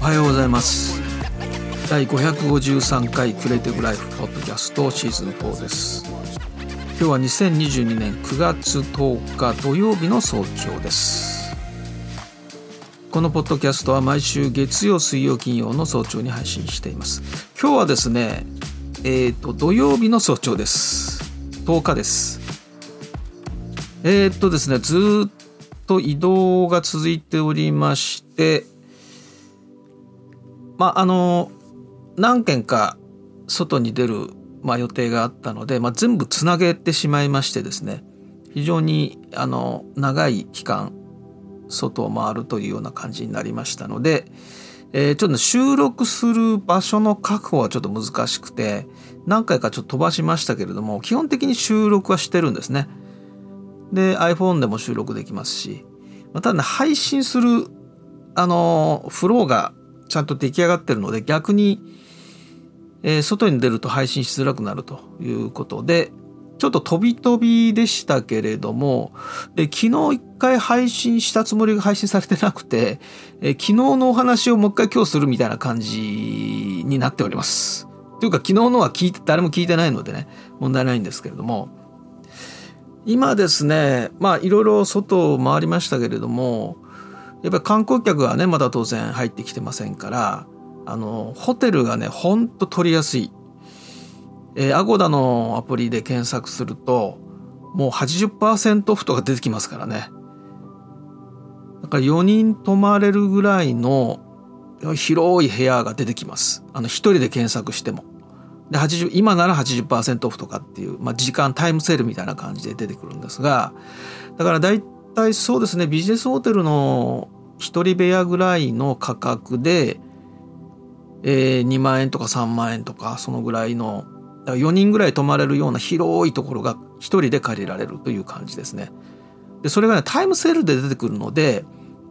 はようございます。第553回クリエイティブライフポッドキャストシーズン4です。今日は2022年9月10日土曜日の早朝です。このポッドキャストは毎週月曜水曜金曜の早朝に配信しています。今日はですね土曜日の早朝です。10日です。ですね、ずっと移動が続いておりまして、何件か外に出る、予定があったので、全部つなげてしまいましてですね、非常に長い期間外を回るというような感じになりましたので、ちょっと収録する場所の確保はちょっと難しくて、何回かちょっと飛ばしましたけれども、基本的に収録はしてるんですね。で iPhone でも収録できますし、ただね、配信するフローがちゃんと出来上がってるので、逆に、外に出ると配信しづらくなるということで、ちょっと飛び飛びでしたけれども、で昨日一回配信したつもりが配信されてなくて、昨日のお話をもう一回今日するみたいな感じになっております。というか昨日のは誰も聞いてないのでね、問題ないんですけれども、今ですね、いろいろ外を回りましたけれども、やっぱり観光客はね、まだ当然入ってきてませんから、ホテルがね、ほんと取りやすい。アゴダのアプリで検索すると、もう 80% オフとか出てきますからね。だから4人泊まれるぐらいの広い部屋が出てきます。1人で検索しても。で今なら 80% オフとかっていう、時間タイムセールみたいな感じで出てくるんですが、だからだいたいそうですね、ビジネスホテルの一人部屋ぐらいの価格で、2万円とか3万円とかそのぐらいの、だから4人ぐらい泊まれるような広いところが一人で借りられるという感じですね。でそれがね、タイムセールで出てくるので、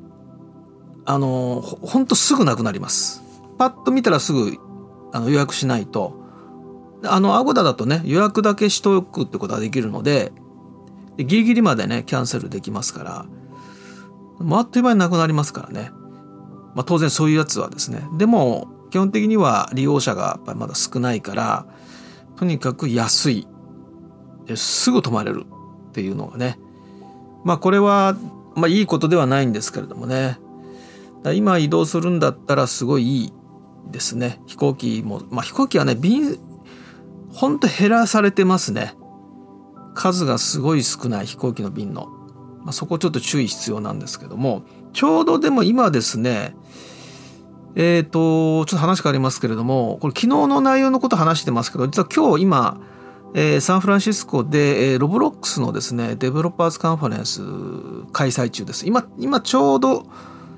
ほんとすぐなくなります。パッと見たらすぐ予約しないと、アゴダだとね、予約だけしておくってことができるので、ギリギリまでねキャンセルできますから、あっという間になくなりますからね。当然そういうやつはですね、でも基本的には利用者がやっぱりまだ少ないから、とにかく安い、すぐ泊まれるっていうのがね、これは、いいことではないんですけれどもね、今移動するんだったらすごいいいですね。飛行機も、飛行機はね、ほんと減らされてますね。数がすごい少ない飛行機の便の、そこちょっと注意必要なんですけども、ちょうどでも今ですね、ちょっと話変わりますけれども、これ昨日の内容のこと話してますけど、実は今日今、サンフランシスコで、ロブロックスのですねデベロッパーズカンファレンス開催中です。今ちょうど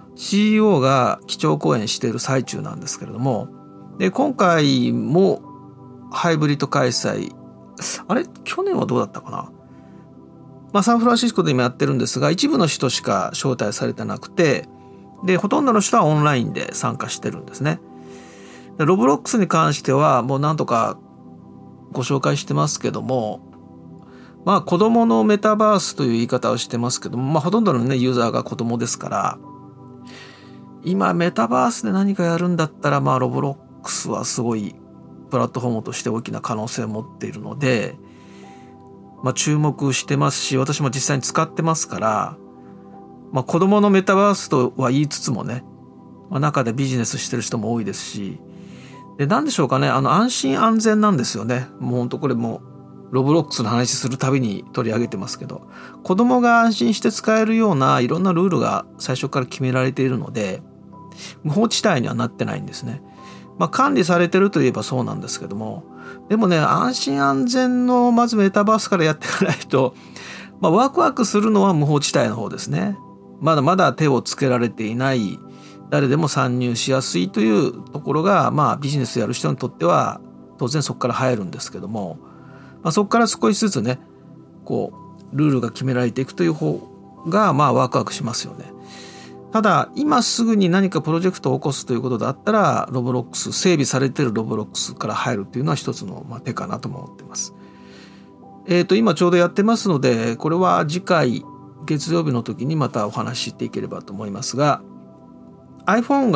CEO が基調講演している最中なんですけれども、で今回もハイブリッド開催、去年はどうだったかな。サンフランシスコで今やってるんですが、一部の人しか招待されてなくて、でほとんどの人はオンラインで参加してるんですね。でロブロックスに関してはもう何とかご紹介してますけども、子供のメタバースという言い方をしてますけども、ほとんどのねユーザーが子供ですから、今メタバースで何かやるんだったら、ロブロックスはすごいプラットフォームとして大きな可能性を持っているので、注目してますし、私も実際に使ってますから、子供のメタバースとは言いつつもね、中でビジネスしてる人も多いですし、で何でしょうかね、安心安全なんですよね。もう本当これもロブロックスの話するたびに取り上げてますけど、子供が安心して使えるようないろんなルールが最初から決められているので、無法地帯にはなってないんですね。管理されてるといえばそうなんですけども、でもね、安心安全のまずメタバースからやっていかないと、ワクワクするのは無法地帯の方ですね。まだまだ手をつけられていない、誰でも参入しやすいというところが、ビジネスやる人にとっては当然そこから入るんですけども、そこから少しずつね、ルールが決められていくという方がワクワクしますよね。ただ今すぐに何かプロジェクトを起こすということだったら、ロブロックス、整備されているロブロックスから入るというのは一つの手かなとも思っています。今ちょうどやってますので、これは次回月曜日の時にまたお話ししていければと思いますが、iPhone が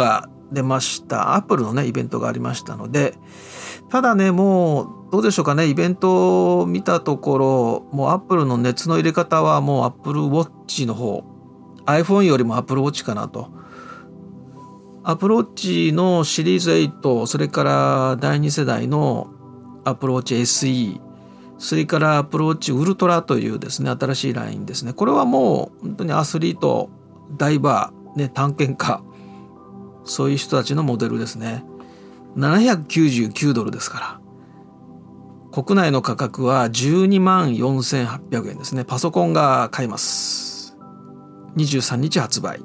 出ました。アップルのねイベントがありましたので、ただねもうどうでしょうかね、イベントを見たところ、もうアップルの熱の入れ方はもうアップルウォッチの方、 iPhone よりもアップルウォッチかなと。アップルウォッチのシリーズ8、それから第2世代のアップルウォッチ SE、 それからアップルウォッチウルトラというですね新しいラインですね。これはもう本当にアスリート、ダイバー、ね、探検家、そういう人たちのモデルですね。$799ですから、国内の価格は124,800円ですね。パソコンが買えます。23日発売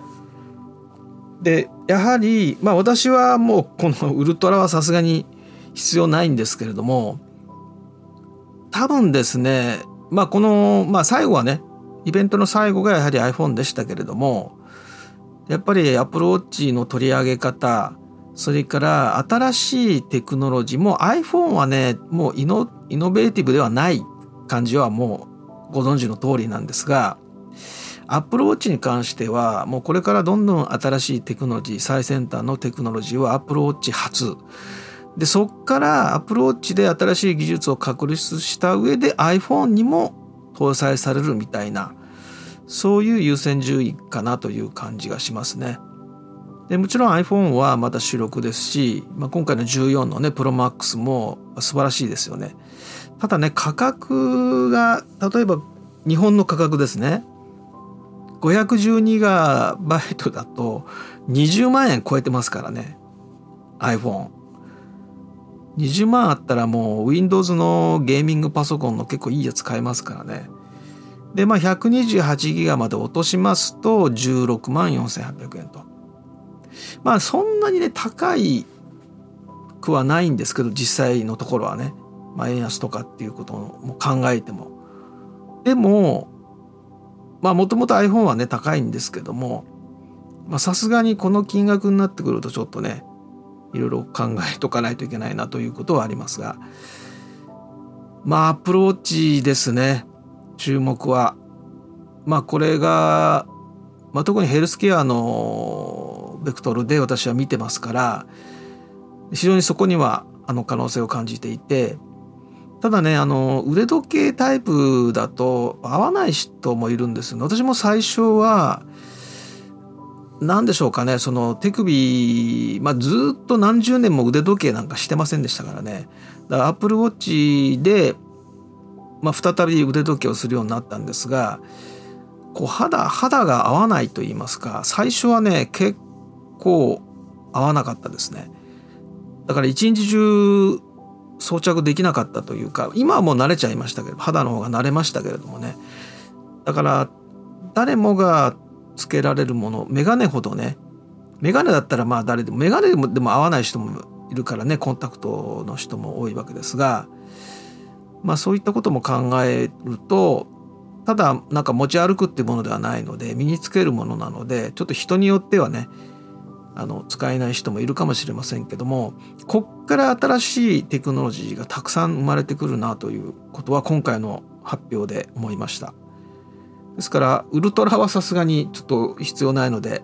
で、やはり私はもうこのウルトラはさすがに必要ないんですけれども、多分ですねこの最後はね、イベントの最後がやはり iPhone でしたけれども、やっぱり Apple Watch の取り上げ方、それから新しいテクノロジーも iPhone はねもうイノベーティブではない感じはもうご存知の通りなんですが、Apple Watch に関してはもうこれからどんどん新しいテクノロジー、最先端のテクノロジーは Apple Watch 初で、そっから Apple Watch で新しい技術を確立した上で iPhone にも搭載されるみたいな、そういう優先順位かなという感じがしますね。でもちろん iPhone はまだ主力ですし、今回の14のね Pro Max も素晴らしいですよね。ただね価格が、例えば日本の価格ですね、512GB だと20万円超えてますからね。 iPhone20 万あったらもう Windows のゲーミングパソコンの結構いいやつ買えますからね。で128GB まで落としますと164,800円と、そんなにね高いくはないんですけど、実際のところはね、円安とかっていうことも考えても、でももともと iPhone はね高いんですけども、さすがにこの金額になってくるとちょっとねいろいろ考えとかないといけないなということはありますが、Apple Watch ですね、注目は。これが、特にヘルスケアのベクトルで私は見てますから、非常にそこには可能性を感じていて、ただね腕時計タイプだと合わない人もいるんですよね。私も最初は何でしょうかね、その手首、ずっと何十年も腕時計なんかしてませんでしたからね。だから Apple Watch で、再び腕時計をするようになったんですが、肌が合わないと言いますか、最初はね結構合わなかったですね。だから一日中装着できなかったというか、今はもう慣れちゃいましたけど、肌の方が慣れましたけれどもね。だから誰もがつけられるもの、メガネほどね、メガネだったら誰でも、メガネでも合わない人もいるからね、コンタクトの人も多いわけですが、そういったことも考えると、ただ持ち歩くっていうものではないので、身につけるものなので、ちょっと人によってはね使えない人もいるかもしれませんけども、こっから新しいテクノロジーがたくさん生まれてくるなということは今回の発表で思いました。ですからウルトラはさすがにちょっと必要ないので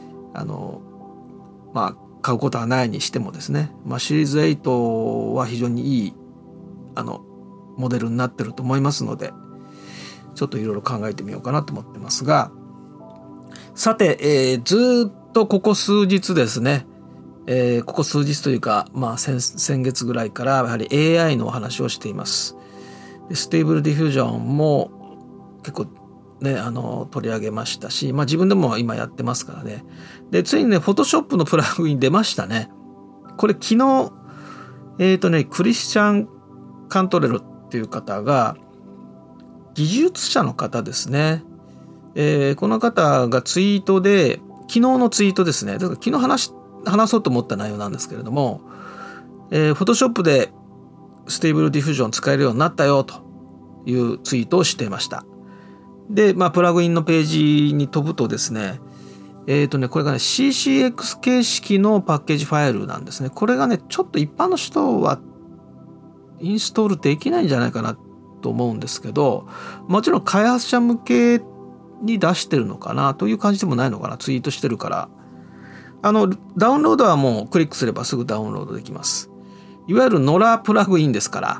買うことはないにしてもですね、シリーズ8は非常にいいモデルになってると思いますので、ちょっといろいろ考えてみようかなと思ってますが、さて、ずっとここ数日ですね、ここ数日というか、先月ぐらいからやはり AI のお話をしています。でステーブルディフュージョンも結構ね取り上げましたし、自分でも今やってますからね。でついにねフォトショップのプラグイン出ましたね。これ昨日クリスチャン・カントレロっていう方が、技術者の方ですね、この方がツイートで、昨日のツイートですね、だから昨日話そうと思った内容なんですけれども、フォトショップでステーブルディフュージョン使えるようになったよというツイートをしていました。で、プラグインのページに飛ぶとですね、これがね CCX 形式のパッケージファイルなんですね。これがねちょっと一般の人はインストールできないんじゃないかなと思うんですけど、もちろん開発者向けに出してるのかなという感じでもないのかな、ツイートしてるから。 ダウンロードはもうクリックすればすぐダウンロードできます。いわゆるノラプラグインですから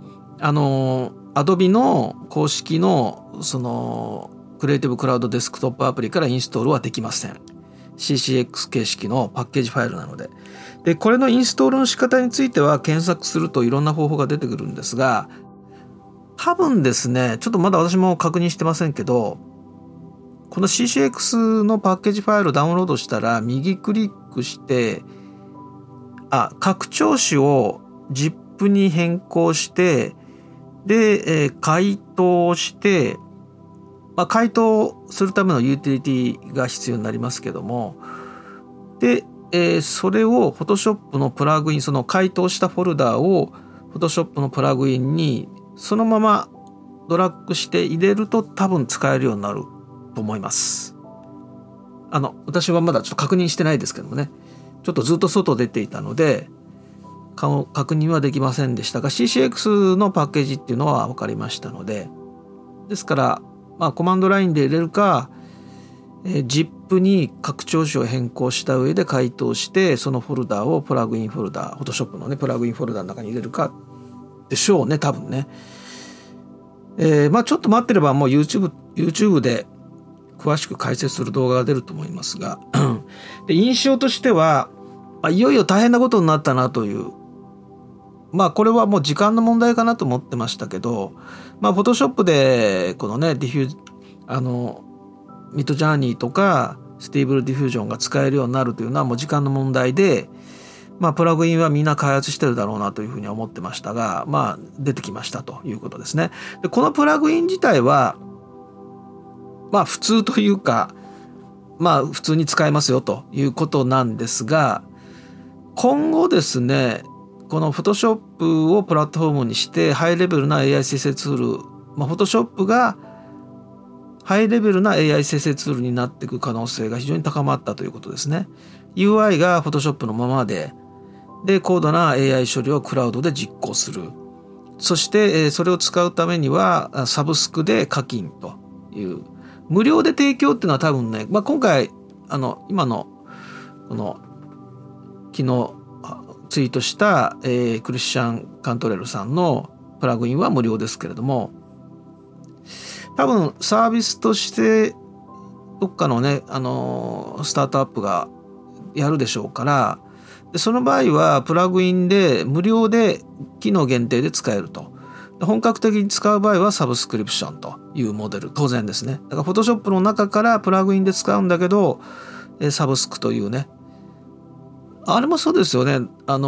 、Adobe の公式のそのクリエイティブクラウドデスクトップアプリからインストールはできません。CCX 形式のパッケージファイルなので。で、これのインストールの仕方については検索するといろんな方法が出てくるんですが、多分ですね、ちょっとまだ私も確認してませんけど、この CCX のパッケージファイルをダウンロードしたら右クリックして、拡張子を ZIP に変更して、で、解凍して、解凍するためのユーティリティが必要になりますけども、で、それを Photoshop のプラグイン、その解凍したフォルダを Photoshop のプラグインにそのままドラッグして入れると多分使えるようになると思います。私はまだちょっと確認してないですけどもね、ちょっとずっと外出ていたので確認はできませんでしたが、 CCX のパッケージっていうのは分かりましたので、ですからコマンドラインで入れるか、ZIP に拡張子を変更した上で解凍して、そのフォルダをプラグインフォルダ、Photoshop のねプラグインフォルダの中に入れるかでしょうね、多分ね。ちょっと待ってればもう YouTube で詳しく解説する動画が出ると思いますがで、印象としてはいよいよ大変なことになったなという、これはもう時間の問題かなと思ってましたけど、Photoshop でこのねディフューミッドジャーニーとかステーブルディフュージョンが使えるようになるというのはもう時間の問題で、プラグインはみんな開発してるだろうなというふうに思ってましたが、出てきましたということですね。で、このプラグイン自体は普通というか、普通に使えますよということなんですが、今後ですね、この Photoshop をプラットフォームにしてハイレベルな AI 生成ツール、Photoshop がハイレベルな AI 生成ツールになっていく可能性が非常に高まったということですね。UI が Photoshop のままで、高度な AI 処理をクラウドで実行する。そしてそれを使うためにはサブスクで課金という、無料で提供っていうのは多分ね、今回今のこの昨日ツイートした、クリスチャン・カントレルさんのプラグインは無料ですけれども、多分サービスとしてどっかのね、スタートアップがやるでしょうから、でその場合はプラグインで無料で機能限定で使えると。本格的に使う場合はサブスクリプションというモデル、当然ですね。だから Photoshop の中からプラグインで使うんだけど、サブスクというね、あれもそうですよね。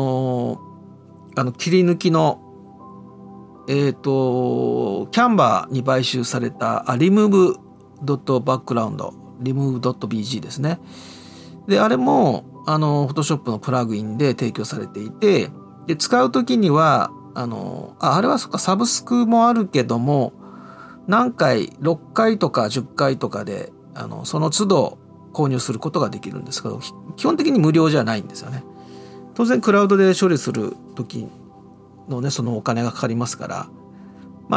切り抜きのキャンバーに買収されたremove.background remove.bg ですね。で、あれもPhotoshop のプラグインで提供されていて、で使うときにはあれはそっか、サブスクもあるけども、何回6回とか10回とかでその都度購入することができるんですけど、基本的に無料じゃないんですよね。当然クラウドで処理する時のね、そのお金がかかりますから、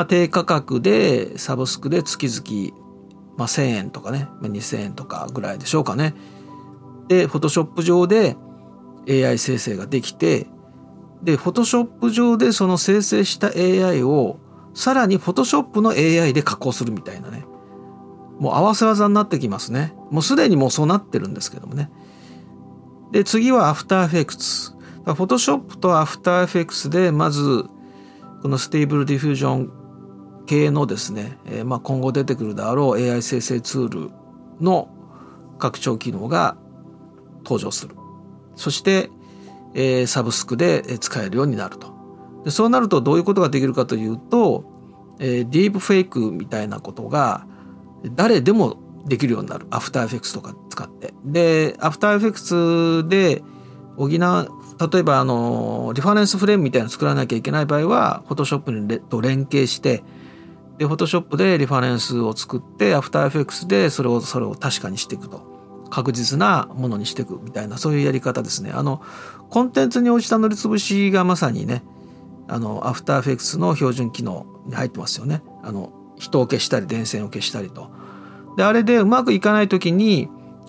低価格でサブスクで月々、1000円とかね、2000円とかぐらいでしょうかね。で Photoshop 上で AI 生成ができて、で Photoshop 上でその生成した AI をさらに Photoshop の AI で加工するみたいなね、もう合わせ技になってきますね。もうすでにもうそうなってるんですけどもね。で次は After Effects。Photoshop と After Effects でまずこのステーブルディフュージョン系のですね、今後出てくるであろう AI 生成ツールの拡張機能が登場する。そして、サブスクで使えるようになると。でそうなるとどういうことができるかというと、ディープフェイクみたいなことが誰でもできるようになる。アフターエフェクツとか使って。で、アフターエフェクツで補う、例えばリファレンスフレームみたいなの作らなきゃいけない場合は、Photoshop と連携して、で、Photoshop でリファレンスを作って、アフターエフェクツでそれを確かにしていくと。確実なものにしていくみたいな、そういうやり方ですね。コンテンツに応じた塗りつぶしがまさにね、アフターエフェクツの標準機能に入ってますよね。人を消したり電線を消したりと。であれでうまくいかないときに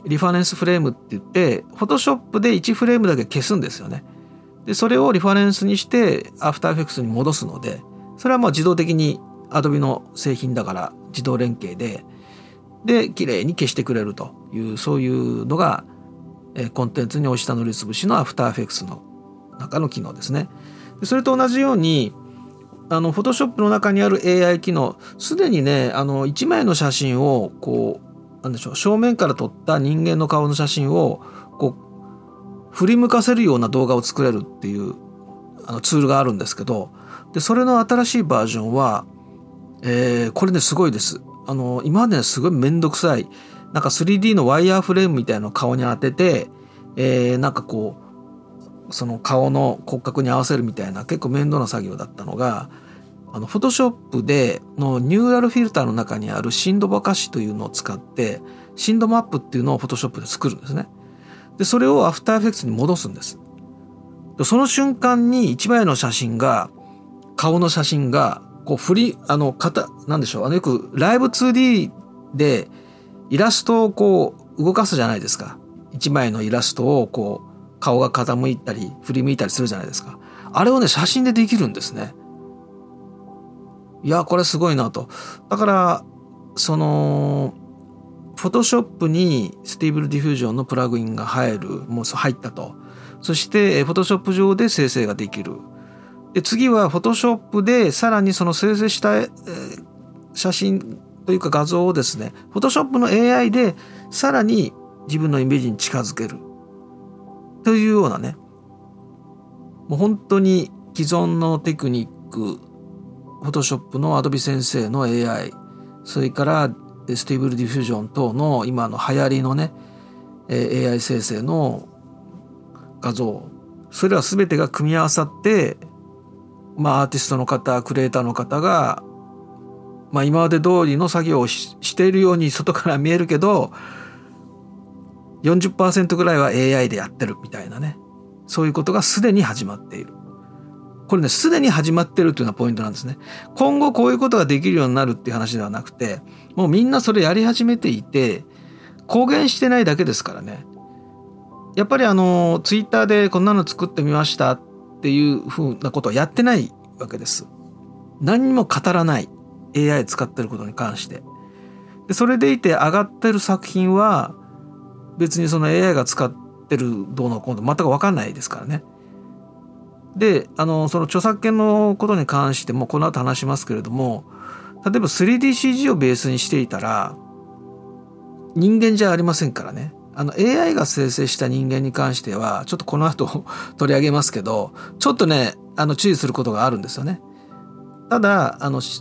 リファレンスフレームって言って、フォトショップで1フレームだけ消すんですよね。でそれをリファレンスにしてアフターエフェクツに戻すので、それは自動的に Adobe の製品だから自動連携で綺麗に消してくれるという、そういうのがコンテンツに押した塗りつぶしのアフターエフェクツの中の機能ですね。でそれと同じようにフォトショップの中にある AI 機能、すでにね1枚の写真をなんでしょう、正面から撮った人間の顔の写真を振り向かせるような動画を作れるっていうツールがあるんですけど、でそれの新しいバージョンは、これねすごいです。今までねすごいめんどくさい、なんか 3D のワイヤーフレームみたいなのを顔に当てて、なんかその顔の骨格に合わせるみたいな結構面倒な作業だったのが、フォトショップでのニューラルフィルターの中にある深度ぼかしというのを使って深度マップっていうのをフォトショップで作るんですね。でそれをアフターエフェクツに戻すんです。でその瞬間に一枚の写真が、顔の写真がなんでしょう、よくライブ 2D でイラストを動かすじゃないですか。一枚のイラストを顔が傾いたり振り向いたりするじゃないですか。あれをね写真でできるんですね。いやこれすごいなと。だからフォトショップにステーブルディフュージョンのプラグインが入ったと。そしてフォトショップ上で生成ができる。で次はフォトショップでさらにその生成した写真というか画像をですね、フォトショップの AI でさらに自分のイメージに近づけるというようなね、もう本当に既存のテクニック、フォトショップの Adobe 先生の AI、 それからステーブルディフュージョン等の今の流行りのね AI 生成の画像、それら全てが組み合わさって、アーティストの方、クリエイターの方が、今まで通りの作業をしているように外から見えるけど 40% ぐらいは AI でやってるみたいなね、そういうことがすでに始まっている。これねすでに始まってるっていうのがポイントなんですね。今後こういうことができるようになるっていう話ではなくて、もうみんなそれやり始めていて公言してないだけですからね。やっぱりツイッターでこんなの作ってみましたっていうふうなことはやってないわけです。何にも語らない AI 使ってることに関して。でそれでいて上がってる作品は別にその AI が使ってるどうのこうの全く分かんないですからね。でその著作権のことに関してもこの後話しますけれども、例えば 3DCG をベースにしていたら人間じゃありませんからね。AI が生成した人間に関してはちょっとこの後取り上げますけど、ちょっとね注意することがあるんですよね。ただ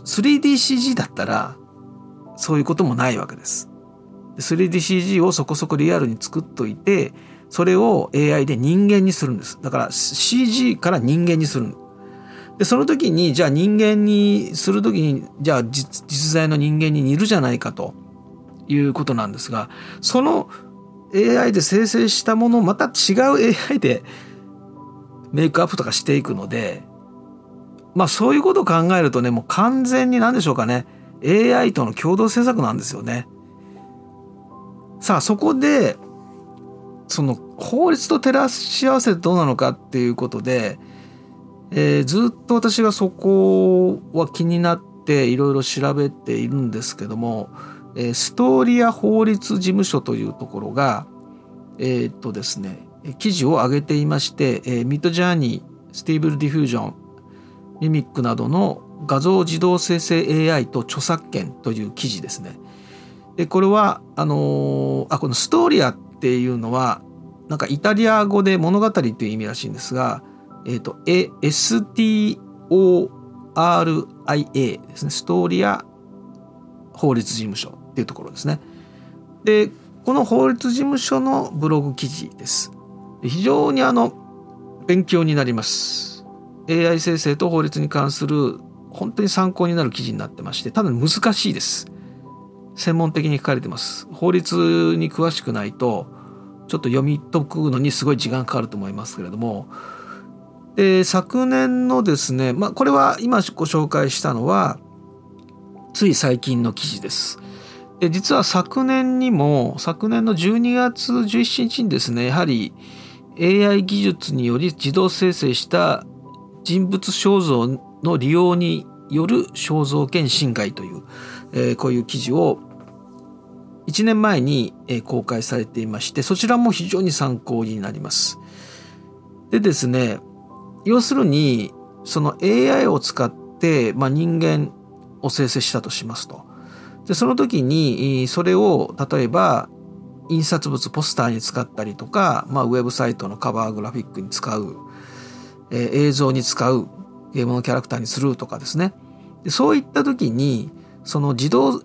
3DCG だったらそういうこともないわけです。3DCG をそこそこリアルに作っといて、それを AI で人間にするんです。だから CG から人間にする。でその時にじゃあ人間にする時にじゃあ実在の人間に似るじゃないかということなんですが、その AI で生成したものをまた違う AI でメイクアップとかしていくので、そういうことを考えるとね、もう完全に何でしょうかね、 AI との共同制作なんですよね。さあそこでその法律と照らし合わせてどうなのかっていうことで、ずっと私がそこは気になっていろいろ調べているんですけども、ストーリア法律事務所というところがですね記事を上げていまして、ミッドジャーニー、ステーブルディフュージョン、ミミックなどの画像自動生成 AI と著作権という記事ですね。でこれはこのストーリアっていうのはなんかイタリア語で物語という意味らしいんですが、STORIA ですね、ストーリア法律事務所っていうところですね。でこの法律事務所のブログ記事です。非常に勉強になります。 AI 生成と法律に関する本当に参考になる記事になってまして、ただ難しいです。専門的に書かれてます。法律に詳しくないとちょっと読み解くのにすごい時間かかると思いますけれども、昨年のですね、これは今ご紹介したのはつい最近の記事です。 実は昨年の12月17日にですね、やはり AI 技術により自動生成した人物肖像の利用による肖像権侵害という、こういう記事を1年前に公開されていまして、そちらも非常に参考になります。でですね、要するにその AI を使って、人間を生成したとしますと。でその時にそれを例えば印刷物ポスターに使ったりとか、ウェブサイトのカバーグラフィックに使う、映像に使う、ゲームのキャラクターにするとかですね。でそういった時にその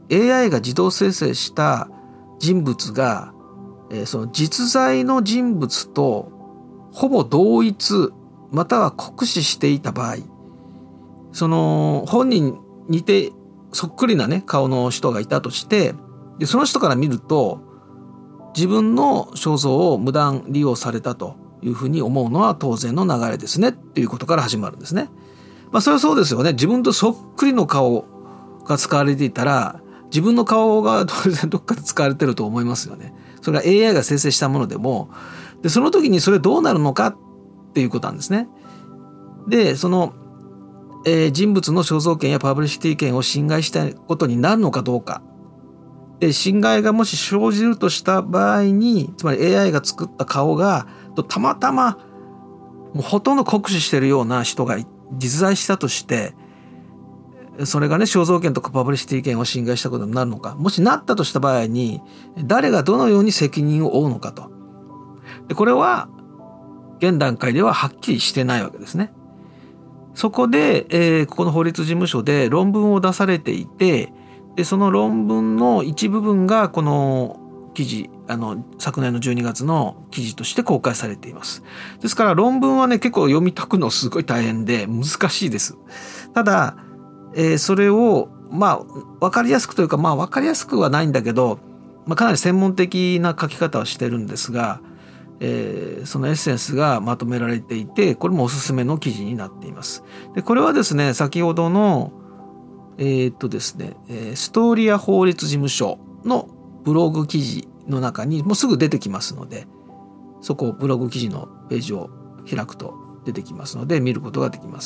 AI が自動生成した人物が、その実在の人物とほぼ同一または酷似していた場合、その本人似てそっくりなね顔の人がいたとして、でその人から見ると自分の肖像を無断利用されたというふうに思うのは当然の流れですねっていうことから始まるんですね。それはそうですよね。自分とそっくりの顔が使われていたら自分の顔が当然どっかで使われてると思いますよね。それは AI が生成したものでも、でその時にそれどうなるのかっていうことなんですね。でその、人物の肖像権やパブリシティ権を侵害したことになるのかどうか。で侵害がもし生じるとした場合に、つまり AI が作った顔がたまたまもうほとんど酷似しているような人が実在したとして、それがね肖像権とかパブリシティ権を侵害したことになるのか、もしなったとした場合に誰がどのように責任を負うのかと。でこれは現段階でははっきりしてないわけですね。そこで、ここの法律事務所で論文を出されていて、でその論文の一部分がこの記事、昨年の12月の記事として公開されています。ですから論文はね結構読み解くのすごい大変で難しいです。ただ、それを分かりやすくというか、分かりやすくはないんだけど、かなり専門的な書き方をしてるんですが、そのエッセンスがまとめられていて、これもおすすめの記事になっています。でこれはですね、先ほどのですね、ストーリア法律事務所のブログ記事の中にもうすぐ出てきますので、そこをブログ記事のページを開くと出てきますので見ることができます。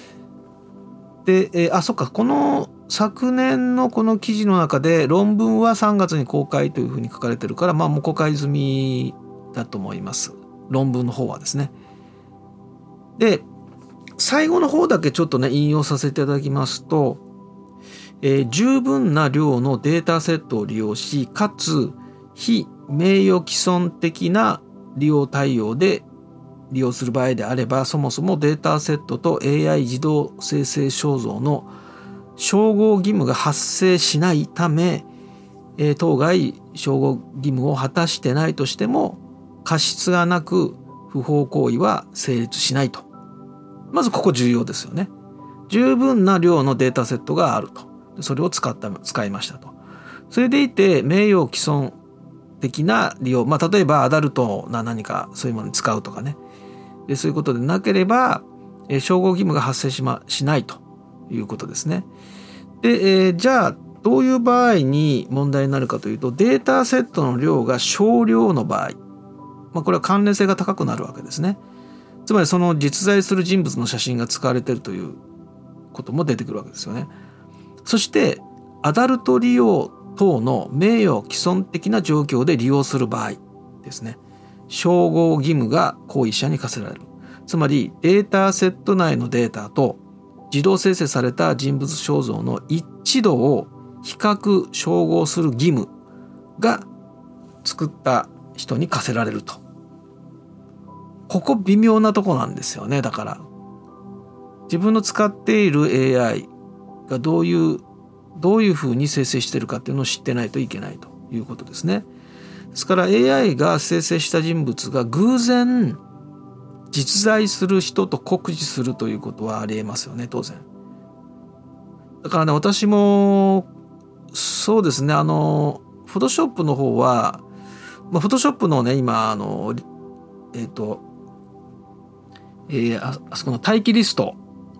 で、そっか、この昨年のこの記事の中で論文は3月に公開というふうに書かれてるから、もう公開済みだと思います。論文の方はですね。で、最後の方だけちょっとね引用させていただきますと、十分な量のデータセットを利用し、かつ非名誉毀損的な利用対応で利用する場合であれば、そもそもデータセットと AI 自動生成肖像の照合義務が発生しないため、当該照合義務を果たしてないとしても過失がなく不法行為は成立しないと。まずここ重要ですよね。十分な量のデータセットがあると。それを使いましたと。それでいて名誉毀損的な利用、例えばアダルトな何かそういうものに使うとかね、でそういうことでなければ、照合義務が発生しないということですね。で、じゃあどういう場合に問題になるかというと、データセットの量が少量の場合、これは関連性が高くなるわけですね。つまりその実在する人物の写真が使われているということも出てくるわけですよね。そしてアダルト利用等の名誉毀損的な状況で利用する場合ですね、照合義務が行為者に課せられる。つまりデータセット内のデータと自動生成された人物肖像の一致度を比較照合する義務が作った人に課せられると。ここ微妙なとこなんですよね。だから自分の使っている AI がどういうふうに生成しているかっていうのを知ってないといけないということですね。ですから AI が生成した人物が偶然実在する人と酷似するということはありえますよね、当然。だからね、私もそうですね、フォトショップの方は、フォトショップのね今あそこの待機リスト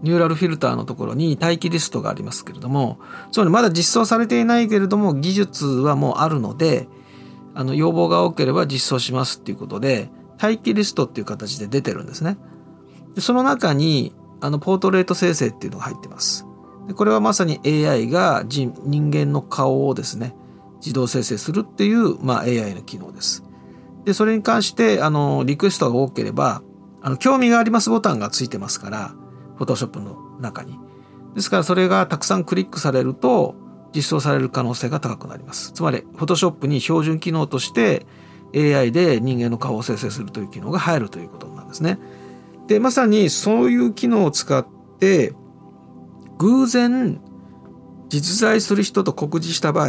ニューラルフィルターのところに待機リストがありますけれども、つまりまだ実装されていないけれども技術はもうあるので、要望が多ければ実装しますっていうことで待機リストっていう形で出てるんですね。でその中にポートレート生成っていうのが入ってます。でこれはまさに AI が人間の顔をですね自動生成するっていう、AI の機能です。でそれに関してリクエストが多ければ興味がありますボタンがついてますから、フォトショップの中に。ですからそれがたくさんクリックされると実装される可能性が高くなります。つまりフォトショップに標準機能として AI で人間の顔を生成するという機能が入るということなんですね。でまさにそういう機能を使って偶然実在する人と酷似した場合、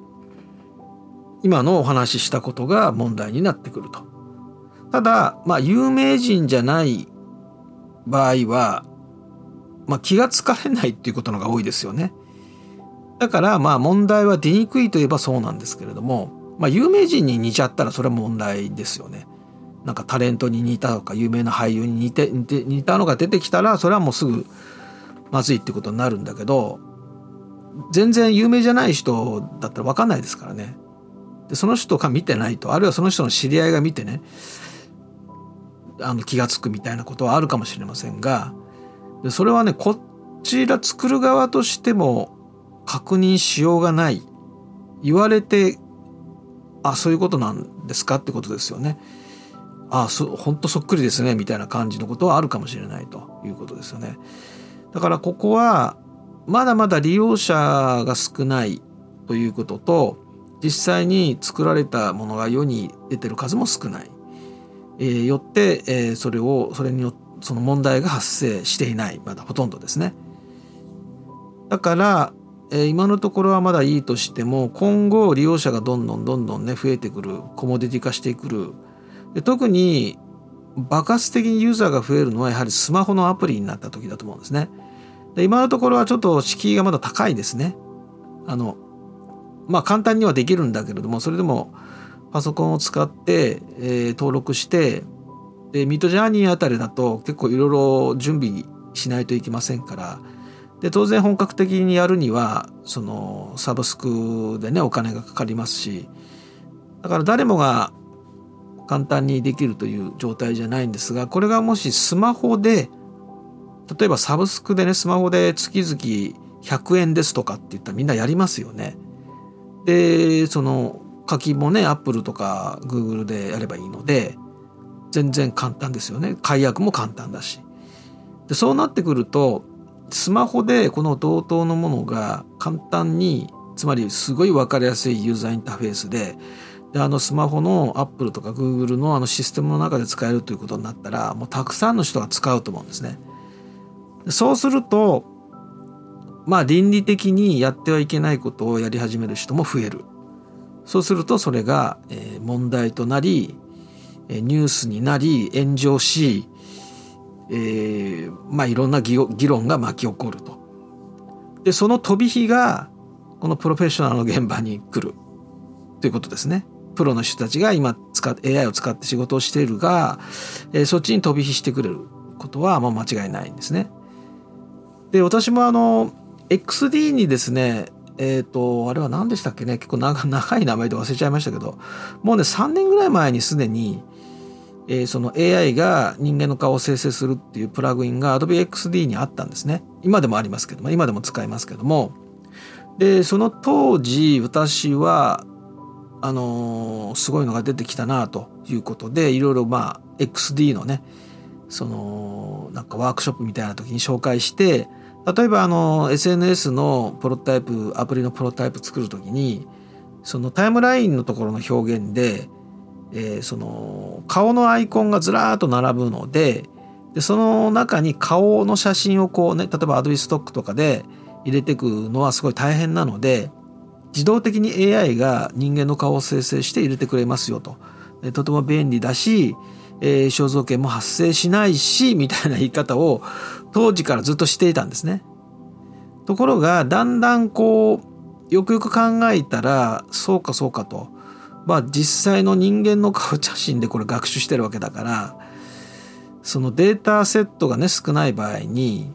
今のお話ししたことが問題になってくると。ただ有名人じゃない場合は気がつかれないっていうことのが多いですよね。だから問題は出にくいといえばそうなんですけれども、有名人に似ちゃったらそれは問題ですよね。なんかタレントに似たとか有名な俳優に似たのが出てきたらそれはもうすぐまずいってことになるんだけど、全然有名じゃない人だったら分かんないですからね。でその人が見てないと、あるいはその人の知り合いが見てね気がつくみたいなことはあるかもしれませんが、でそれはねこちら作る側としても確認しようがない。言われてそういうことなんですかってことですよね。本当そっくりですねみたいな感じのことはあるかもしれないということですよね。だからここはまだまだ利用者が少ないということと、実際に作られたものが世に出てる数も少ない、よって、それによってその問題が発生していない、まだほとんどですね。だから、今のところはまだいいとしても、今後利用者がどんどんね増えてくる、コモディティ化してくる。で特に爆発的にユーザーが増えるのはやはりスマホのアプリになった時だと思うんですね。で今のところはちょっと敷居がまだ高いですね。簡単にはできるんだけれども、それでもパソコンを使って、登録して、でミッドジャーニーあたりだと結構いろいろ準備しないといけませんから、で当然本格的にやるにはそのサブスクでねお金がかかりますし、だから誰もが簡単にできるという状態じゃないんですが、これがもしスマホで例えばサブスクでねスマホで月々100円ですとかって言ったらみんなやりますよね。でその課金もね Apple とか Google でやればいいので全然簡単ですよね。解約も簡単だし。でそうなってくるとスマホでこの同等のものが簡単に、つまりすごい分かりやすいユーザーインターフェースでスマホの Apple とか Google のシステムの中で使えるということになったらもうたくさんの人が使うと思うんですね。そうすると倫理的にやってはいけないことをやり始める人も増える。そうするとそれが問題となりニュースになり炎上し、いろんな議論が巻き起こると。でその飛び火がこのプロフェッショナルの現場に来るということですね。プロの人たちが今AI を使って仕事をしているが、そっちに飛び火してくれることは間違いないんですね。で私もXD にですねあれは何でしたっけね、結構長い名前で忘れちゃいましたけど、もうね3年ぐらい前にすでに、その AI が人間の顔を生成するっていうプラグインが Adobe XD にあったんですね。今でもありますけど、今でも使いますけども、でその当時私はすごいのが出てきたなということでいろいろXD のねそのなんかワークショップみたいな時に紹介して、例えばSNS のプロトタイプアプリのプロトタイプ作る時にそのタイムラインのところの表現で、その顔のアイコンがずらーっと並ぶので、その中に顔の写真をこうね、例えば Adobe Stock とかで入れていくのはすごい大変なので、自動的に AI が人間の顔を生成して入れてくれますよと。とても便利だし、肖像権も発生しないしみたいな言い方を当時からずっとしていたんですね。ところがだんだんこうよくよく考えたらそうかと、実際の人間の顔写真でこれ学習してるわけだから、そのデータセットがね少ない場合に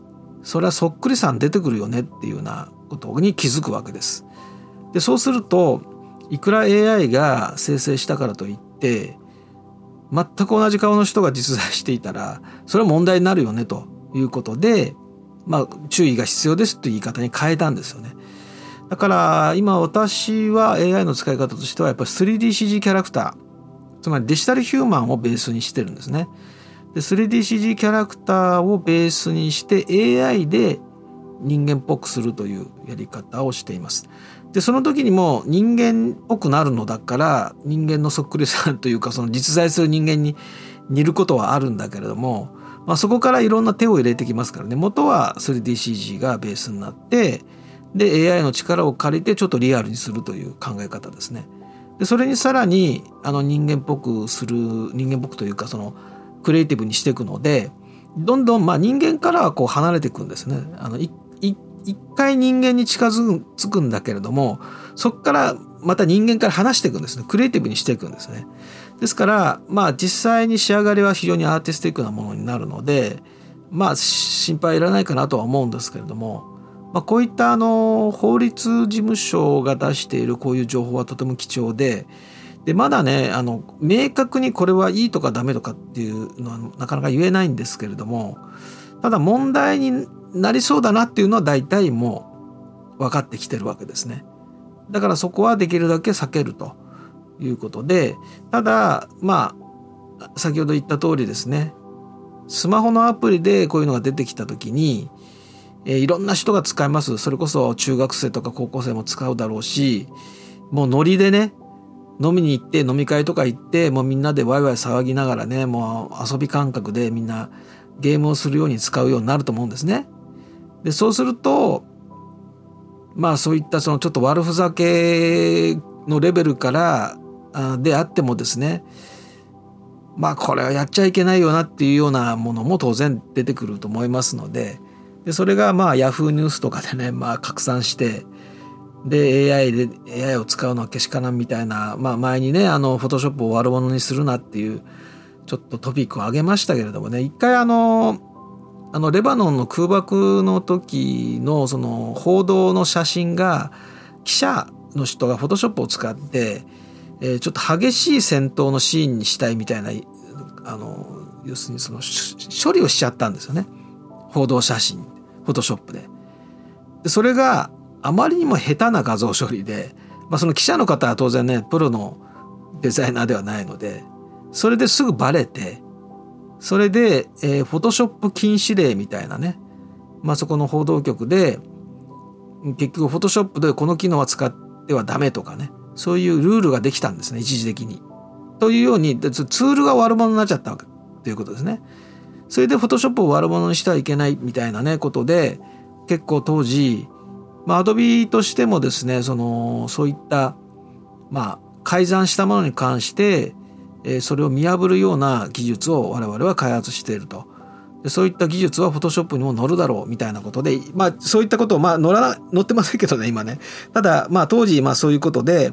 それはそっくりさん出てくるよねっていうようなことに気づくわけです。でそうするといくら AI が生成したからといって全く同じ顔の人が実在していたらそれは問題になるよねということで、注意が必要ですという言い方に変えたんですよね。だから今私は AI の使い方としてはやっぱり 3DCG キャラクター、つまりデジタルヒューマンをベースにしてるんですね。で 3DCG キャラクターをベースにして AI で人間っぽくするというやり方をしています。でその時にも人間っぽくなるのだから人間のそっくりさんというかその実在する人間に似ることはあるんだけれども、そこからいろんな手を入れてきますからね。元は 3DCG がベースになってで AI の力を借りてちょっとリアルにするという考え方ですね。でそれにさらに人間っぽくというかそのクリエイティブにしていくのでどんどん人間からはこう離れていくんですね。一回人間に近づくんだけれどもそこからまた人間から離していくんですね。クリエイティブにしていくんですね。ですから実際に仕上がりは非常にアーティスティックなものになるので心配いらないかなとは思うんですけれども、こういった法律事務所が出しているこういう情報はとても貴重でまだね明確にこれはいいとかダメとかっていうのはなかなか言えないんですけれども、ただ問題になりそうだなっていうのは大体もう分かってきてるわけですね。だからそこはできるだけ避けるということで、ただ先ほど言った通りですね、スマホのアプリでこういうのが出てきた時にいろんな人が使います。それこそ中学生とか高校生も使うだろうし、もうノリでね飲みに行って飲み会とか行ってもうみんなでワイワイ騒ぎながらねもう遊び感覚でみんなゲームをするように使うようになると思うんですね。でそうするとそういったそのちょっと悪ふざけのレベルからであってもですねこれはやっちゃいけないよなっていうようなものも当然出てくると思いますので、それがヤフーニュースとかでね拡散してで AI を使うのはけしからんみたいな、前にねフォトショップを悪者にするなっていうちょっとトピックを挙げましたけれどもね、一回レバノンの空爆の時のその報道の写真が記者の人がフォトショップを使ってちょっと激しい戦闘のシーンにしたいみたいな要するにその処理をしちゃったんですよね。報道写真フォトショップで。それがあまりにも下手な画像処理で、その記者の方は当然ねプロのデザイナーではないのでそれですぐバレて、それでフォトショップ禁止令みたいなね、そこの報道局で結局フォトショップでこの機能は使ってはダメとかね、そういうルールができたんですね一時的に。というようにツールが悪者になっちゃったわけということですね。それでフォトショップを悪者にしてはいけないみたいなねことで結構当時アドビとしてもですねそういった改ざんしたものに関してそれを見破るような技術を我々は開発していると。でそういった技術はフォトショップにも載るだろうみたいなことでそういったことを載ってませんけどね今ね。ただ当時そういうことで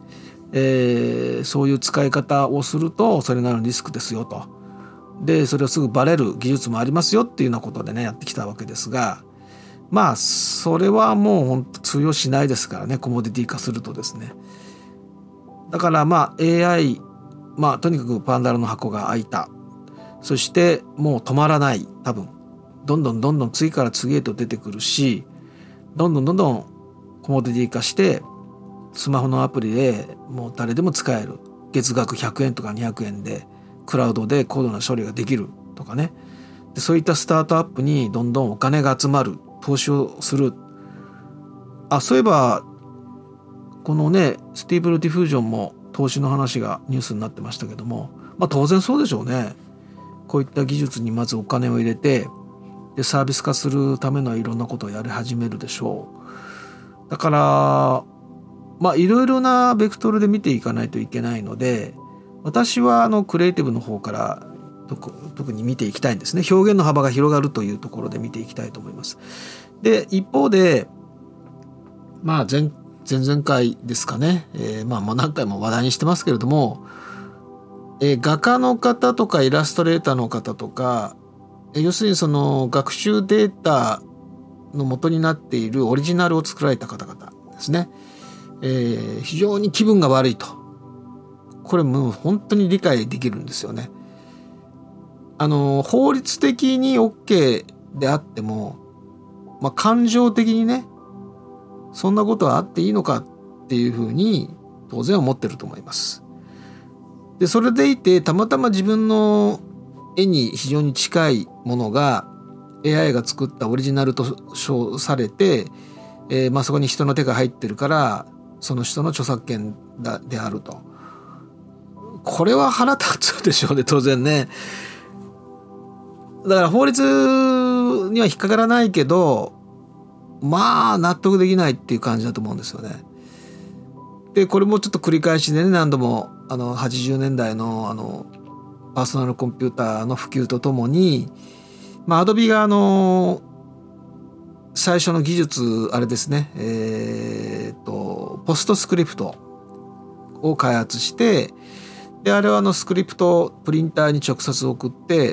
そういう使い方をするとそれなりのリスクですよと。でそれをすぐバレる技術もありますよっていうようなことでねやってきたわけですが、それはもう本当通用しないですからね、コモディティ化するとですね。だからAI とにかくパンドラの箱が開いた。そしてもう止まらない。多分どんどん次から次へと出てくるし、どんどんコモディティ化してスマホのアプリでもう誰でも使える、月額100円とか200円でクラウドで高度な処理ができるとかね。でそういったスタートアップにどんどんお金が集まる、投資をする。そういえばこのねスティーブルディフュージョンも投資の話がニュースになってましたけども、当然そうでしょうね。こういった技術にまずお金を入れてでサービス化するためのいろんなことをやり始めるでしょう。だからいろいろなベクトルで見ていかないといけないので、私はクリエイティブの方から特に見ていきたいんですね。表現の幅が広がるというところで見ていきたいと思います。で一方で前々回ですかね、もう何回も話題にしてますけれども、画家の方とかイラストレーターの方とか、要するにその学習データの元になっているオリジナルを作られた方々ですね、非常に気分が悪いと。これもう本当に理解できるんですよね。法律的に OK であっても、感情的にね、そんなことはあっていいのかっていうふうに当然思ってると思います。でそれでいて、たまたま自分の絵に非常に近いものが AI が作ったオリジナルと称されて、そこに人の手が入ってるからその人の著作権であると。これは腹立つでしょうね、当然ね。だから法律には引っかからないけど、納得できないっていう感じだと思うんですよね。でこれもちょっと繰り返しでね、何度も80年代のパーソナルコンピューターの普及とともに、アドビが最初の技術あれですね、ポストスクリプトを開発して、であれはスクリプトをプリンターに直接送って、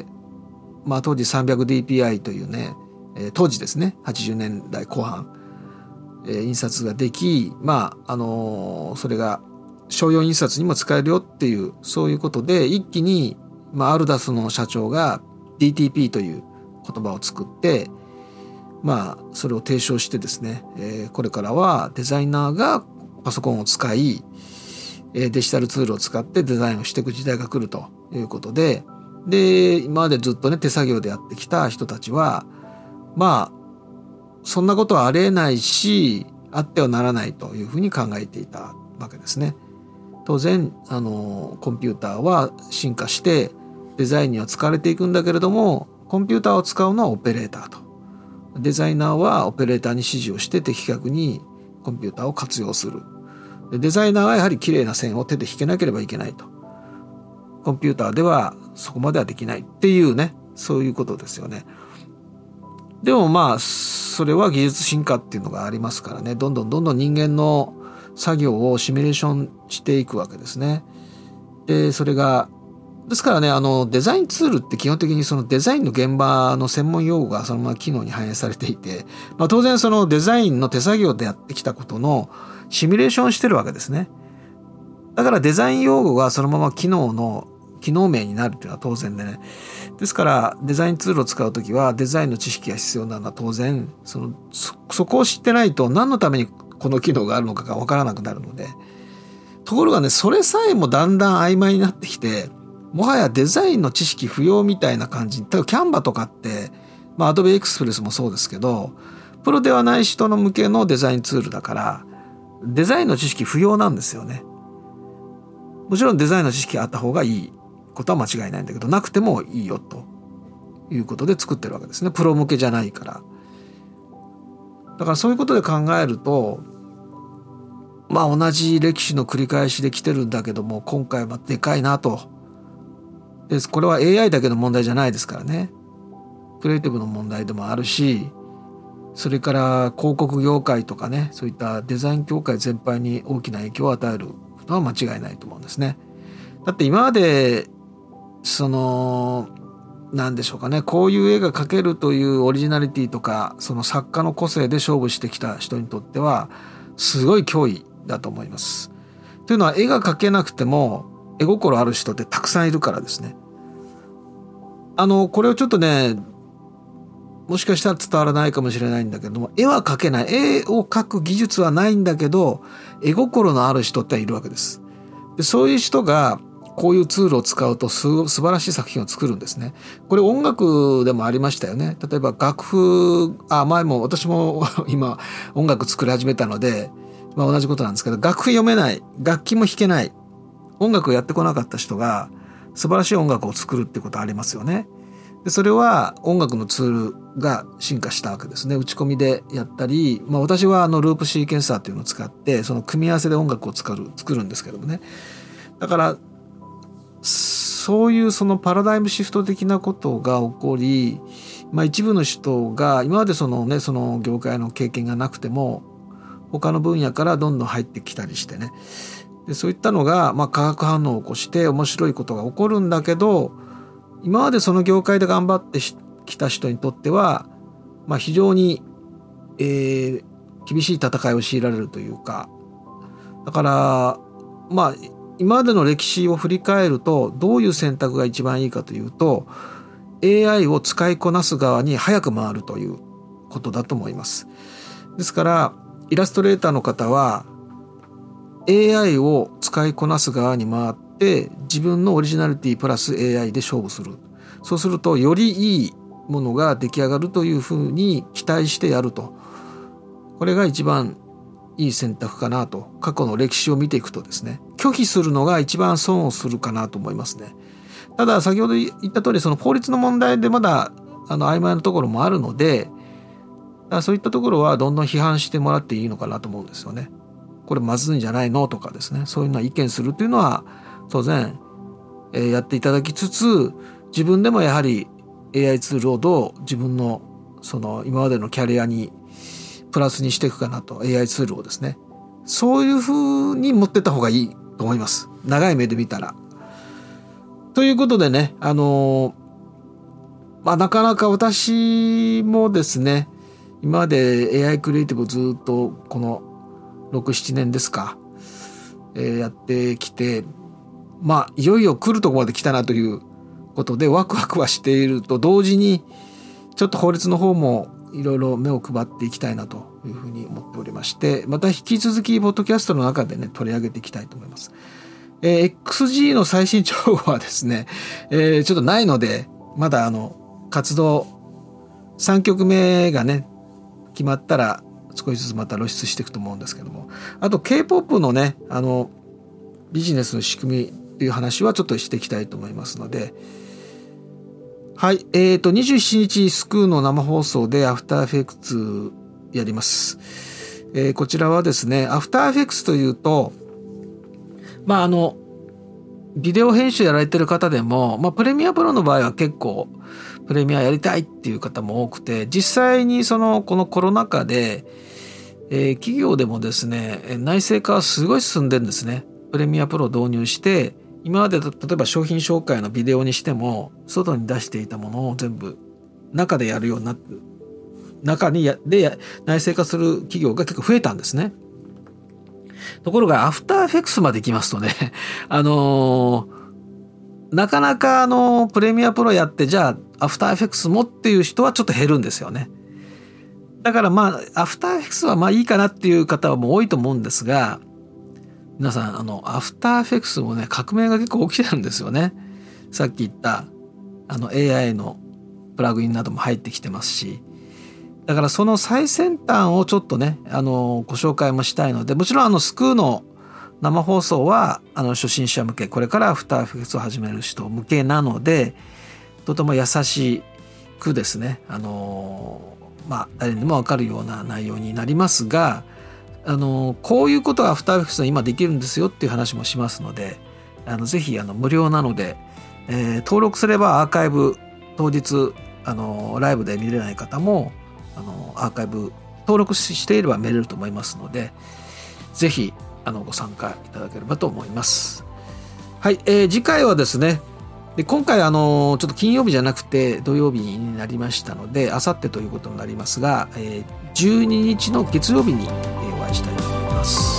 当時 300dpi というね、当時ですね、80年代後半、印刷ができ、それが商用印刷にも使えるよっていう、そういうことで一気に、アルダスの社長が DTP という言葉を作って、それを提唱してですね、これからはデザイナーがパソコンを使い、デジタルツールを使ってデザインをしていく時代が来るということで、今までずっとね手作業でやってきた人たちは、そんなことはありえないし、あってはならないというふうに考えていたわけですね。当然コンピューターは進化してデザインには使われていくんだけれども、コンピューターを使うのはオペレーターと、デザイナーはオペレーターに指示をして的確にコンピューターを活用する。デザイナーはやはり綺麗な線を手で引けなければいけないと。コンピューターではそこまではできないっていうね、そういうことですよね。でもそれは技術進化っていうのがありますからね、どんどん人間の作業をシミュレーションしていくわけですね。でそれがですからね、デザインツールって基本的にそのデザインの現場の専門用語がそのまま機能に反映されていて、当然そのデザインの手作業でやってきたことのシミュレーションしてるわけですね。だからデザイン用語がそのまま機能名になるっていうのは当然でね。ですからデザインツールを使うときはデザインの知識が必要なのは当然、そこを知ってないと何のためにこの機能があるのかが分からなくなるので。ところがね、それさえもだんだん曖昧になってきて、もはやデザインの知識不要みたいな感じ。例えばキャンバとかって、アドビエクスプレスもそうですけど、プロではない人の向けのデザインツールだから、デザインの知識不要なんですよね。もちろんデザインの知識があった方がいいことは間違いないんだけど、なくてもいいよということで作ってるわけですね。プロ向けじゃないから。だからそういうことで考えると、同じ歴史の繰り返しで来てるんだけども、今回はでかいなと。でこれは AI だけの問題じゃないですからね。クリエイティブの問題でもあるし、それから広告業界とかね、そういったデザイン業界全般に大きな影響を与えることは間違いないと思うんですね。だって今まで何でしょうかね、こういう絵が描けるというオリジナリティとか、その作家の個性で勝負してきた人にとってはすごい脅威だと思います。というのは、絵が描けなくても絵心ある人ってたくさんいるからですね。これをちょっとね、もしかしたら伝わらないかもしれないんだけども、絵は描けない、絵を描く技術はないんだけど絵心のある人っているわけです。でそういう人がこういうツールを使うと素晴らしい作品を作るんですね。これ音楽でもありましたよね。例えば楽譜、前も私も今音楽作り始めたので、同じことなんですけど、楽譜読めない、楽器も弾けない、音楽をやってこなかった人が素晴らしい音楽を作るってことありますよね。でそれは音楽のツールが進化したわけですね。打ち込みでやったり、私はループシーケンサーっていうのを使ってその組み合わせで音楽を作るんですけどもね。だからそういうそのパラダイムシフト的なことが起こり、一部の人が今までその業界の経験がなくても他の分野からどんどん入ってきたりしてね。でそういったのが化学反応を起こして面白いことが起こるんだけど、今までその業界で頑張ってきた人にとっては非常に厳しい戦いを強いられるというか、だからまあ今までの歴史を振り返るとどういう選択が一番いいかというと AI を使いこなす側に早く回るということだと思います。ですからイラストレーターの方は AI を使いこなす側に回って自分のオリジナリティプラス AI で勝負する。そうするとよりいいものが出来上がるというふうに期待してやると、これが一番いい選択かなと。過去の歴史を見ていくとですね、拒否するのが一番損をするかなと思いますね。ただ先ほど言った通りその法律の問題でまだ曖昧なところもあるので、そういったところはどんどん批判してもらっていいのかなと思うんですよね。これまずいんじゃないのとかですね、そういうのは意見するというのは当然、やっていただきつつ、自分でもやはり AI ツールをどう自分のその今までのキャリアにプラスにしていくかなと、 AI ツールをですね、そういうふうに持ってった方がいいと思います、長い目で見たら。ということでね、なかなか私もですね、今まで AI クリエイティブをずっとこの 6,7 年ですか、やってきて、いよいよ来るところまで来たなということでワクワクはしていると同時に、ちょっと法律の方もいろいろ目を配っていきたいなというふうに思っておりまして、また引き続きポッドキャストの中でね取り上げていきたいと思います。XG の最新情報はですね、ちょっとないので、まだ活動3曲目がね決まったら少しずつまた露出していくと思うんですけども、あと K-POP のねビジネスの仕組みという話はちょっとしていきたいと思いますので、はい、27日スクーの生放送でアフターエフェクツやります。こちらはですね、アフターエフェクツというと、ビデオ編集やられてる方でも、プレミアプロの場合は結構プレミアやりたいっていう方も多くて、実際にこのコロナ禍で、企業でもですね内製化はすごい進んでるんですね。プレミアプロを導入して、今まで例えば商品紹介のビデオにしても外に出していたものを全部中でやるようになって、中で内製化する企業が結構増えたんですね。ところがアフターエフェクツまで来ますとねなかなかプレミアプロやってじゃあアフターエフェクツもっていう人はちょっと減るんですよね。だからアフターエフェクツはいいかなっていう方はもう多いと思うんですが、皆さんアフターエフェクツもね革命が結構起きてるんですよね。さっき言ったAI のプラグインなども入ってきてますし、だからその最先端をちょっとねご紹介もしたいので、もちろんスクーの生放送は初心者向け、これからアフターエフェクツを始める人向けなので、とても優しくですね誰にでも分かるような内容になりますが、こういうことがアフターエフェクツは今できるんですよっていう話もしますので、ぜひ無料なので、登録すればアーカイブ当日ライブで見れない方もアーカイブ登録していれば見れると思いますので、ぜひご参加いただければと思います。はい、次回はですね、で今回ちょっと金曜日じゃなくて土曜日になりましたので、あさってということになりますが、12日の月曜日にお会いしたいと思います。